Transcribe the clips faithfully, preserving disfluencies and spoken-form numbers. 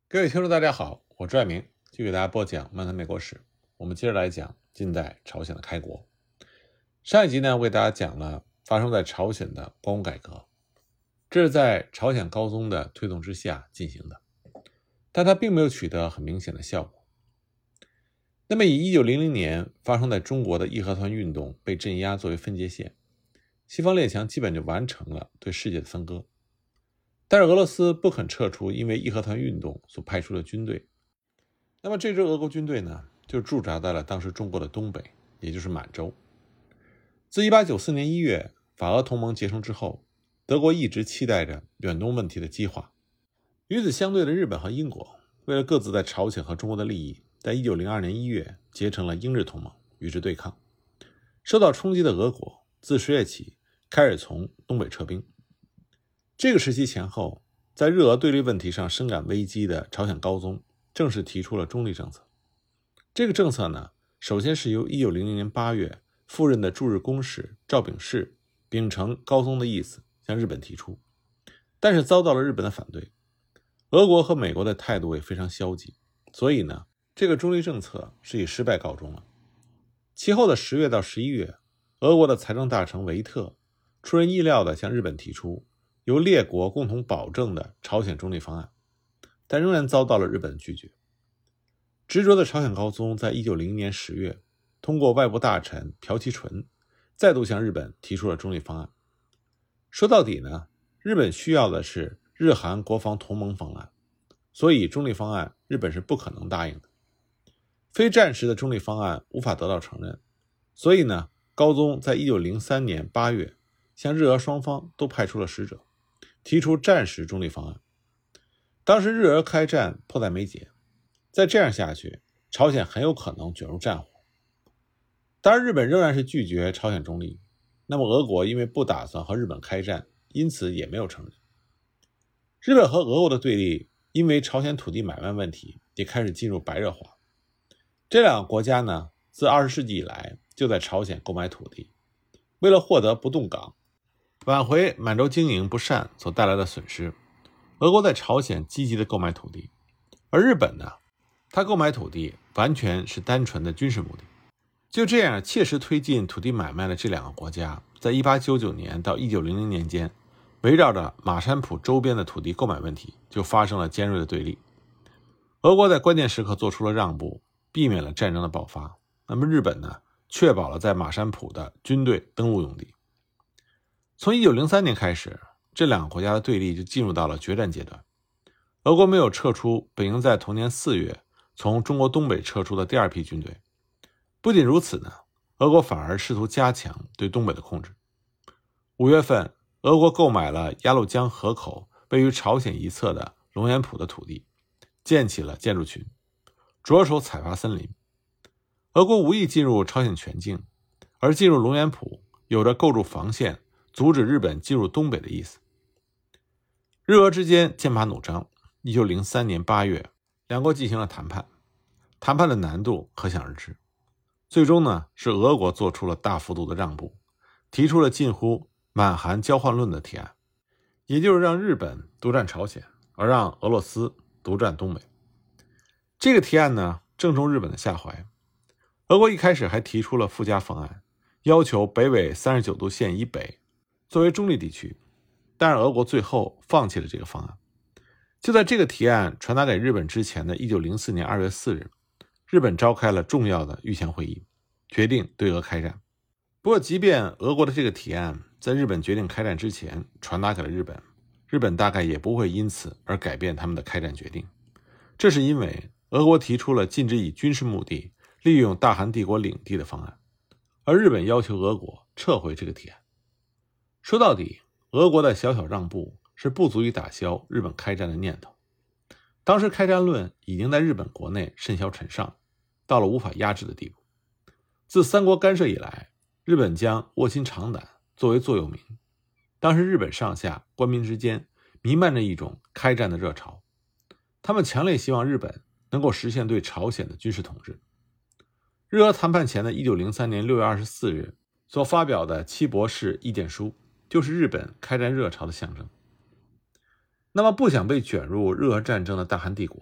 各位听众大家好，我是爱明，继续给大家播讲漫谈美国史。我们接着来讲近代朝鲜的开国。上一集呢，为大家讲了发生在朝鲜的光武改革，这是在朝鲜高宗的推动之下进行的，但它并没有取得很明显的效果。那么以一九零零年发生在中国的义和团运动被镇压作为分界线，西方列强基本就完成了对世界的分割。但是俄罗斯不肯撤出因为义和团运动所派出的军队，那么这支俄国军队呢，就驻扎在了当时中国的东北，也就是满洲。自一八九四年一月法俄同盟结成之后，德国一直期待着远东问题的激化。与此相对的日本和英国，为了各自在朝鲜和中国的利益，在一九零二年一月结成了英日同盟，与之对抗。受到冲击的俄国自十月起开始从东北撤兵。这个时期前后，在日俄对立问题上深感危机的朝鲜高宗正式提出了中立政策。这个政策呢，首先是由一九零零年八月赴任的驻日公使赵秉士秉承高宗的意思向日本提出，但是遭到了日本的反对。俄国和美国的态度也非常消极，所以呢，这个中立政策是以失败告终了。其后的十月到十一月，俄国的财政大臣维特出人意料地向日本提出由列国共同保证的朝鲜中立方案，但仍然遭到了日本拒绝。执着的朝鲜高宗在一九零一年十月通过外部大臣朴其纯再度向日本提出了中立方案。说到底呢，日本需要的是日韩国防同盟方案，所以中立方案日本是不可能答应的。非战时的中立方案无法得到承认，所以呢，高宗在一九零三年八月向日俄双方都派出了使者，提出战时中立方案。当时日俄开战迫在眉睫，再这样下去，朝鲜很有可能卷入战火。当然日本仍然是拒绝朝鲜中立，那么俄国因为不打算和日本开战，因此也没有承认。日本和俄国的对立因为朝鲜土地买卖问题也开始进入白热化。这两个国家呢，自二十世纪以来就在朝鲜购买土地，为了获得不动港，挽回满洲经营不善所带来的损失，俄国在朝鲜积极的购买土地，而日本呢，他购买土地完全是单纯的军事目的。就这样切实推进土地买卖的这两个国家，在一八九九年到一九零零年间，围绕着马山浦周边的土地购买问题就发生了尖锐的对立。俄国在关键时刻做出了让步，避免了战争的爆发。那么日本呢，确保了在马山浦的军队登陆用地。从一九零三年开始，这两个国家的对立就进入到了决战阶段。俄国没有撤出本应在同年四月从中国东北撤出的第二批军队。不仅如此呢，俄国反而试图加强对东北的控制。五月份，俄国购买了鸭绿江河口位于朝鲜一侧的龙岩浦的土地，建起了建筑群，着手采伐森林。俄国无意进入朝鲜全境，而进入龙岩浦有着构筑防线阻止日本进入东北的意思。日俄之间剑拔弩张，一九零三年八月，两国进行了谈判，谈判的难度可想而知。最终呢，是俄国做出了大幅度的让步，提出了近乎满韩交换论的提案，也就是让日本独占朝鲜，而让俄罗斯独占东北。这个提案呢，正中日本的下怀。俄国一开始还提出了附加方案，要求北纬三十九度线以北作为中立地区，但是俄国最后放弃了这个方案。就在这个提案传达给日本之前的一九零四年二月四日，日本召开了重要的御前会议，决定对俄开战。不过即便俄国的这个提案在日本决定开战之前传达给了日本，日本大概也不会因此而改变他们的开战决定。这是因为俄国提出了禁止以军事目的利用大韩帝国领地的方案，而日本要求俄国撤回这个提案。说到底，俄国的小小让步是不足以打消日本开战的念头。当时开战论已经在日本国内甚嚣尘上，到了无法压制的地步。自三国干涉以来，日本将卧薪尝胆作为座右铭。当时日本上下官民之间弥漫着一种开战的热潮，他们强烈希望日本能够实现对朝鲜的军事统治。日俄谈判前的一九零三年六月二十四日所发表的七博士意见书，就是日本开战热潮的象征。那么不想被卷入日俄战争的大韩帝国，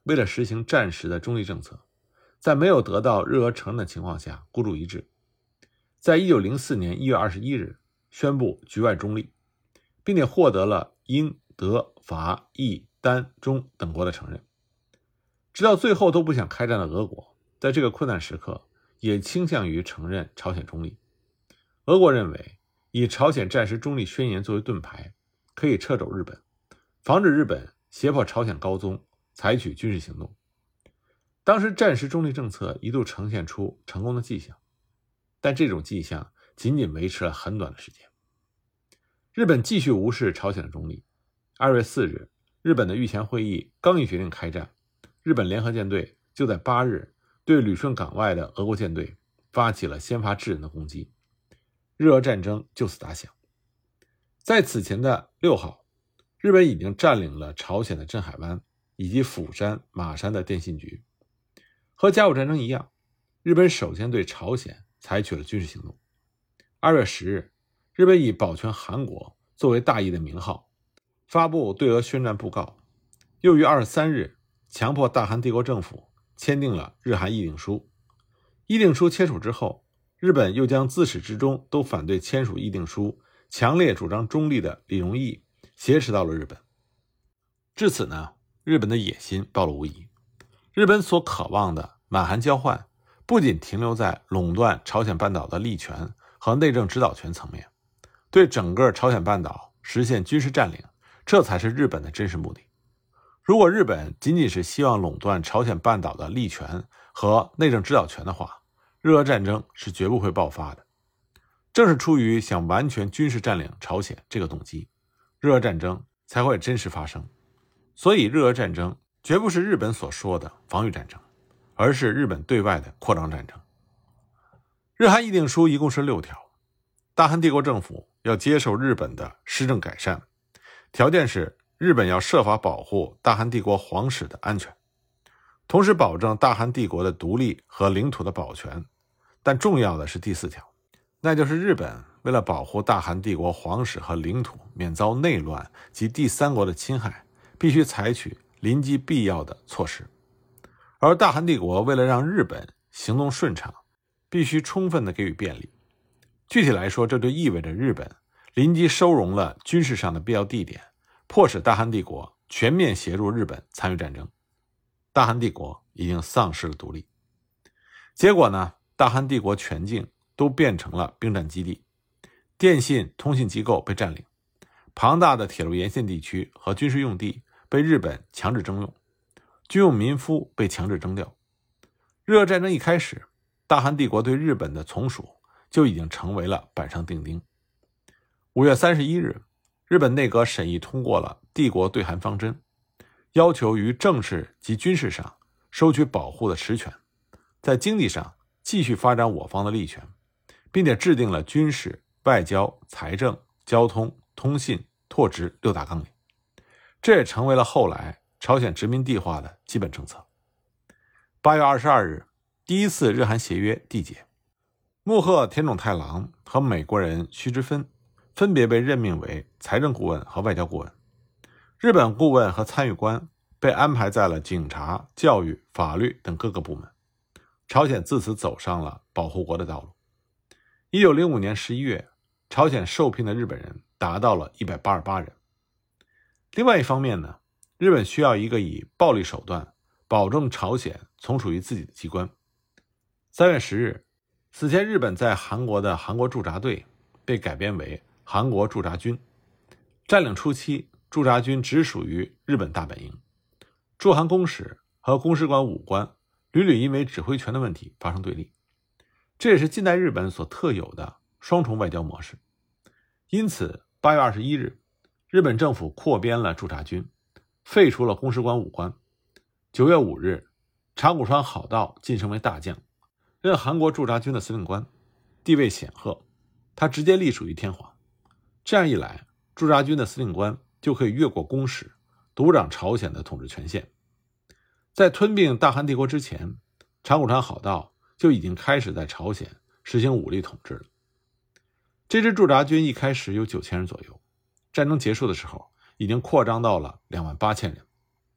为了实行战时的中立政策，在没有得到日俄承认的情况下孤注一掷，在一九零四年一月二十一日宣布局外中立，并且获得了英、德、法、意、丹、中等国的承认。直到最后都不想开战的俄国，在这个困难时刻也倾向于承认朝鲜中立。俄国认为以朝鲜战时中立宣言作为盾牌，可以掣肘日本，防止日本胁迫朝鲜高宗采取军事行动。当时战时中立政策一度呈现出成功的迹象，但这种迹象仅仅维持了很短的时间。日本继续无视朝鲜的中立。二月四日，日本的御前会议刚一决定开战，日本联合舰队就在八日对旅顺港外的俄国舰队发起了先发制人的攻击，日俄战争就此打响。在此前的六号，日本已经占领了朝鲜的镇海湾以及釜山、马山的电信局。和甲午战争一样，日本首先对朝鲜采取了军事行动。二月十日，日本以保全韩国作为大义的名号，发布对俄宣战布告，又于二十三日强迫大韩帝国政府签订了日韩议定书。议定书签署之后，日本又将自始至终都反对签署议定书、强烈主张中立的李荣义挟持到了日本。至此呢，日本的野心暴露无遗。日本所渴望的满韩交换不仅停留在垄断朝鲜半岛的利权和内政指导权层面，对整个朝鲜半岛实现军事占领，这才是日本的真实目的。如果日本仅仅是希望垄断朝鲜半岛的利权和内政指导权的话，日俄战争是绝不会爆发的。正是出于想完全军事占领朝鲜这个动机，日俄战争才会真实发生。所以日俄战争绝不是日本所说的防御战争，而是日本对外的扩张战争。日韩议定书一共是六条，大韩帝国政府要接受日本的施政改善，条件是日本要设法保护大韩帝国皇室的安全，同时保证大韩帝国的独立和领土的保全。但重要的是第四条，那就是日本为了保护大韩帝国皇室和领土免遭内乱及第三国的侵害，必须采取临机必要的措施。而大韩帝国为了让日本行动顺畅，必须充分地给予便利。具体来说，这就意味着日本临机收容了军事上的必要地点，迫使大韩帝国全面协助日本参与战争。大韩帝国已经丧失了独立。结果呢，大韩帝国全境都变成了兵站基地，电信通信机构被占领，庞大的铁路沿线地区和军事用地被日本强制征用，军用民夫被强制征调。日俄战争一开始，大韩帝国对日本的从属就已经成为了板上钉钉。五月三十一日，日本内阁审议通过了帝国对韩方针，要求于政治及军事上收取保护的实权，在经济上继续发展我方的利权，并且制定了军事、外交、财政、交通、通信、拓殖六大纲领。这也成为了后来朝鲜殖民地化的基本政策。八月二十二日，第一次日韩协约缔结，木鹤田中太郎和美国人须知芬分别被任命为财政顾问和外交顾问。日本顾问和参与官被安排在了警察、教育、法律等各个部门。朝鲜自此走上了保护国的道路。一九零五年十一月，朝鲜受聘的日本人达到了一百八十八人。另外一方面呢，日本需要一个以暴力手段保证朝鲜从属于自己的机关。三月十日，此前日本在韩国的韩国驻扎队被改编为韩国驻扎军。占领初期，驻扎军只属于日本大本营，驻韩公使和公使馆武官屡屡因为指挥权的问题发生对立，这也是近代日本所特有的双重外交模式。因此八月二十一日，日本政府扩编了驻扎军，废除了公使馆武官。九月五日，长谷川好道晋升为大将，任韩国驻扎军的司令官，地位显赫，他直接隶属于天皇。这样一来，驻扎军的司令官就可以越过公使，独掌朝鲜的统治权限。在吞并大韩帝国之前，长谷川好道就已经开始在朝鲜实行武力统治了。这支驻扎军一开始有九千人左右，战争结束的时候已经扩张到了两万八千人。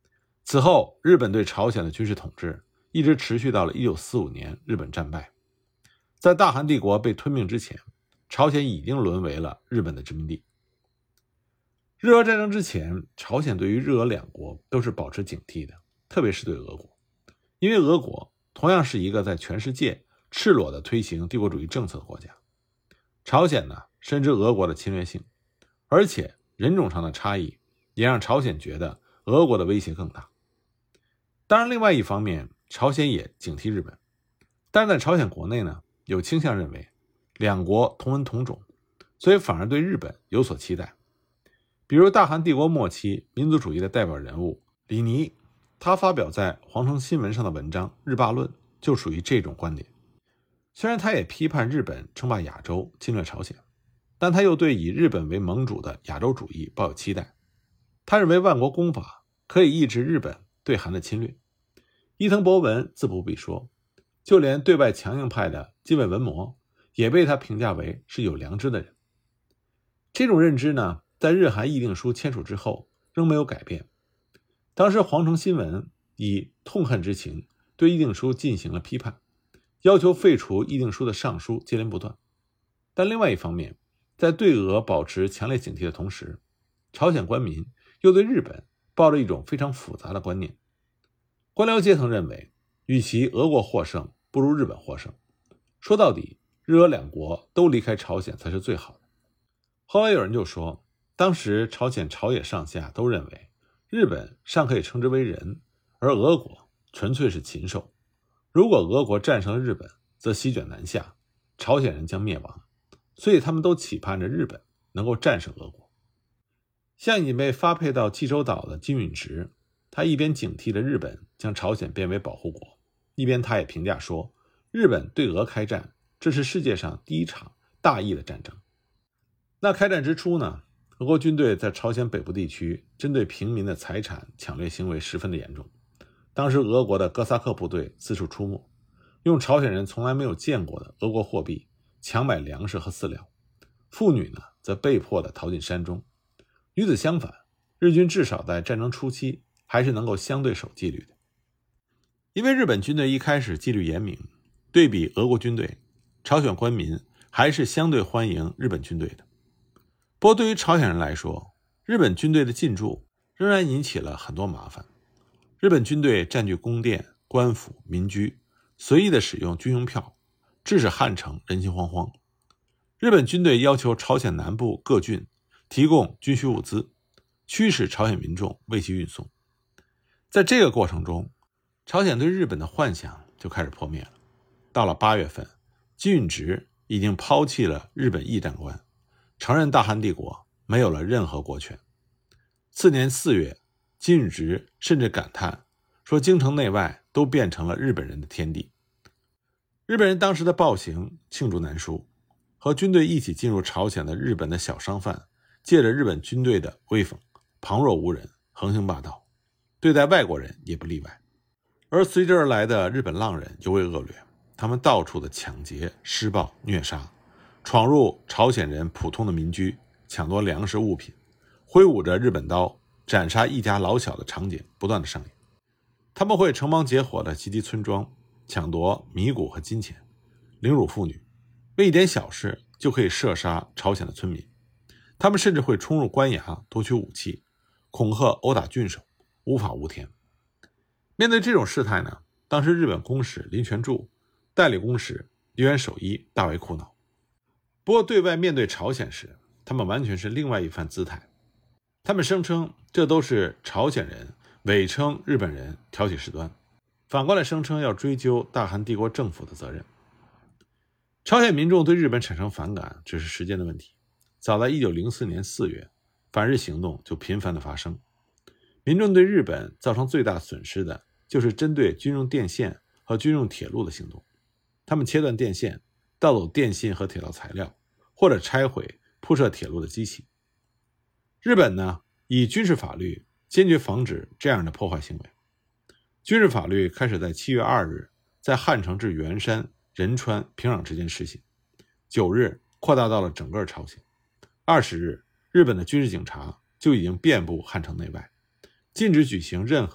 此后，日本对朝鲜的军事统治一直持续到了一九四五年日本战败。在大韩帝国被吞并之前，朝鲜已经沦为了日本的殖民地。日俄战争之前，朝鲜对于日俄两国都是保持警惕的，特别是对俄国，因为俄国同样是一个在全世界赤裸地推行帝国主义政策的国家。朝鲜呢，深知俄国的侵略性，而且人种上的差异也让朝鲜觉得俄国的威胁更大。当然，另外一方面，朝鲜也警惕日本，但是在朝鲜国内呢，有倾向认为两国同文同种，所以反而对日本有所期待。比如大韩帝国末期民族主义的代表人物李尼，他发表在皇城新闻上的文章《日霸论》就属于这种观点。虽然他也批判日本称霸亚洲、侵略朝鲜，但他又对以日本为盟主的亚洲主义抱有期待。他认为万国公法可以抑制日本对韩的侵略。伊藤博文自不必说，就连对外强硬派的近卫文麿也被他评价为是有良知的人。这种认知呢，在日韩议定书签署之后仍没有改变。当时皇城新闻以痛恨之情对议定书进行了批判，要求废除议定书的上书接连不断。但另外一方面，在对俄保持强烈警惕的同时，朝鲜官民又对日本抱着一种非常复杂的观念。官僚阶层认为，与其俄国获胜，不如日本获胜。说到底，日俄两国都离开朝鲜才是最好的。后来有人就说，当时朝鲜朝野上下都认为日本尚可以称之为人，而俄国纯粹是禽兽。如果俄国战胜了日本，则席卷南下，朝鲜人将灭亡，所以他们都期盼着日本能够战胜俄国。像已经被发配到济州岛的金允直，他一边警惕着日本将朝鲜变为保护国，一边他也评价说，日本对俄开战，这是世界上第一场大义的战争。那开战之初呢，俄国军队在朝鲜北部地区针对平民的财产抢掠行为十分的严重。当时俄国的哥萨克部队四处出没，用朝鲜人从来没有见过的俄国货币强买粮食和饲料，妇女呢则被迫的逃进山中。与此相反，日军至少在战争初期还是能够相对守纪律的。因为日本军队一开始纪律严明，对比俄国军队，朝鲜官民还是相对欢迎日本军队的。不过对于朝鲜人来说，日本军队的进驻仍然引起了很多麻烦。日本军队占据宫殿、官府、民居，随意的使用军用票，致使汉城人心惶惶。日本军队要求朝鲜南部各郡提供军需物资，驱使朝鲜民众为其运送。在这个过程中，朝鲜对日本的幻想就开始破灭了。到了八月份，金允直已经抛弃了日本议战官，承认大韩帝国没有了任何国权。次年四月，金允直甚至感叹说，京城内外都变成了日本人的天地。日本人当时的暴行罄竹难书，和军队一起进入朝鲜的日本的小商贩，借着日本军队的威风，旁若无人，横行霸道，对待外国人也不例外。而随之而来的日本浪人尤为恶劣，他们到处的抢劫、施暴、虐杀，闯入朝鲜人普通的民居，抢夺粮食物品，挥舞着日本刀斩杀一家老小的场景不断的上演。他们会成帮结伙的袭击村庄，抢夺米谷和金钱，凌辱妇女，为一点小事就可以射杀朝鲜的村民。他们甚至会冲入官衙夺取武器，恐吓殴打郡守，无法无天。面对这种事态呢，当时日本公使林泉柱、代理公使立原守一大为苦恼。不过对外面对朝鲜时，他们完全是另外一番姿态。他们声称这都是朝鲜人伪称日本人挑起事端，反过来声称要追究大韩帝国政府的责任。朝鲜民众对日本产生反感只是时间的问题。早在一九零四年四月，反日行动就频繁的发生。民众对日本造成最大损失的就是针对军用电线和军用铁路的行动。他们切断电线，盗走电信和铁道材料，或者拆毁铺设铁路的机器。日本呢，以军事法律坚决防止这样的破坏行为。军事法律开始在七月二日在汉城至元山、仁川、平壤之间实行，九日扩大到了整个朝鲜。二十日，日本的军事警察就已经遍布汉城内外，禁止举行任何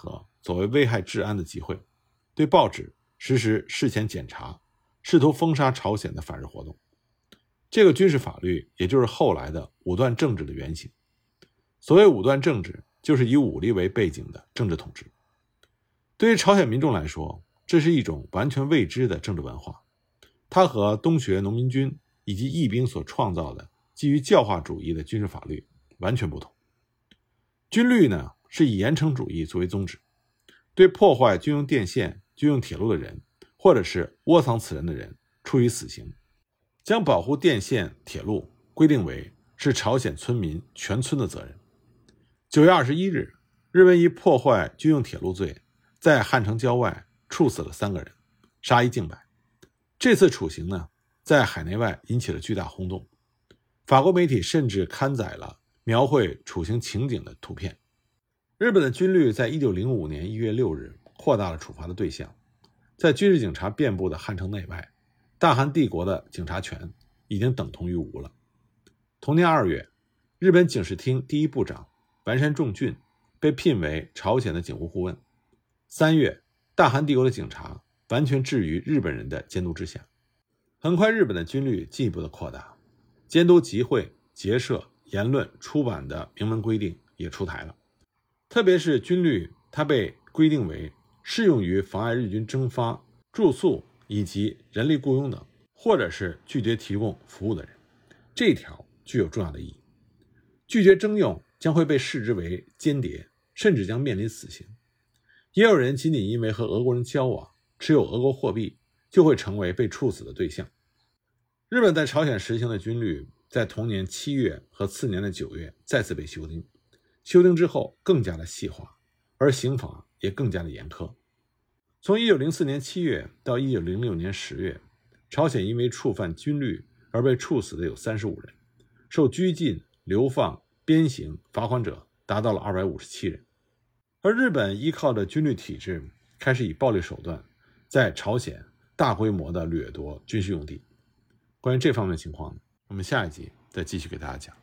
作为危害治安的集会，对报纸实施事前检查，试图封杀朝鲜的反日活动。这个军事法律也就是后来的武断政治的原型。所谓武断政治，就是以武力为背景的政治统治。对于朝鲜民众来说，这是一种完全未知的政治文化，它和东学农民军以及义兵所创造的基于教化主义的军事法律完全不同。军律呢，是以严惩主义作为宗旨，对破坏军用电线、军用铁路的人，或者是窝藏此人的人，处以死刑，将保护电线、铁路规定为是朝鲜村民全村的责任。九月二十一日，日本以破坏军用铁路罪，在汉城郊外处死了三个人，杀一儆百。这次处刑呢，在海内外引起了巨大轰动，法国媒体甚至刊载了描绘处刑情景的图片。日本的军律在一九零五年一月六日扩大了处罚的对象，在军事警察遍布的汉城内外，大韩帝国的警察权已经等同于无了。同年二月，日本警视厅第一部长丸山重俊被聘为朝鲜的警务顾问。三月，大韩帝国的警察完全置于日本人的监督之下。很快，日本的军律进一步的扩大，监督集会、结社、言论、出版的明文规定也出台了。特别是军律，它被规定为适用于妨碍日军征发、住宿以及人力雇佣等，或者是拒绝提供服务的人。这一条具有重要的意义。拒绝征用将会被视之为间谍，甚至将面临死刑。也有人仅仅因为和俄国人交往，持有俄国货币，就会成为被处死的对象。日本在朝鲜实行的军律，在同年七月和次年的九月再次被修订，修订之后更加的细化，而刑罚也更加的严苛。从一九零四年七月到一九零六年十月，朝鲜因为触犯军律而被处死的有三十五人，受拘禁、流放、鞭刑、罚款者达到了二百五十七人。而日本依靠着军律体制，开始以暴力手段在朝鲜大规模的掠夺军事用地。关于这方面的情况呢，我们下一集再继续给大家讲。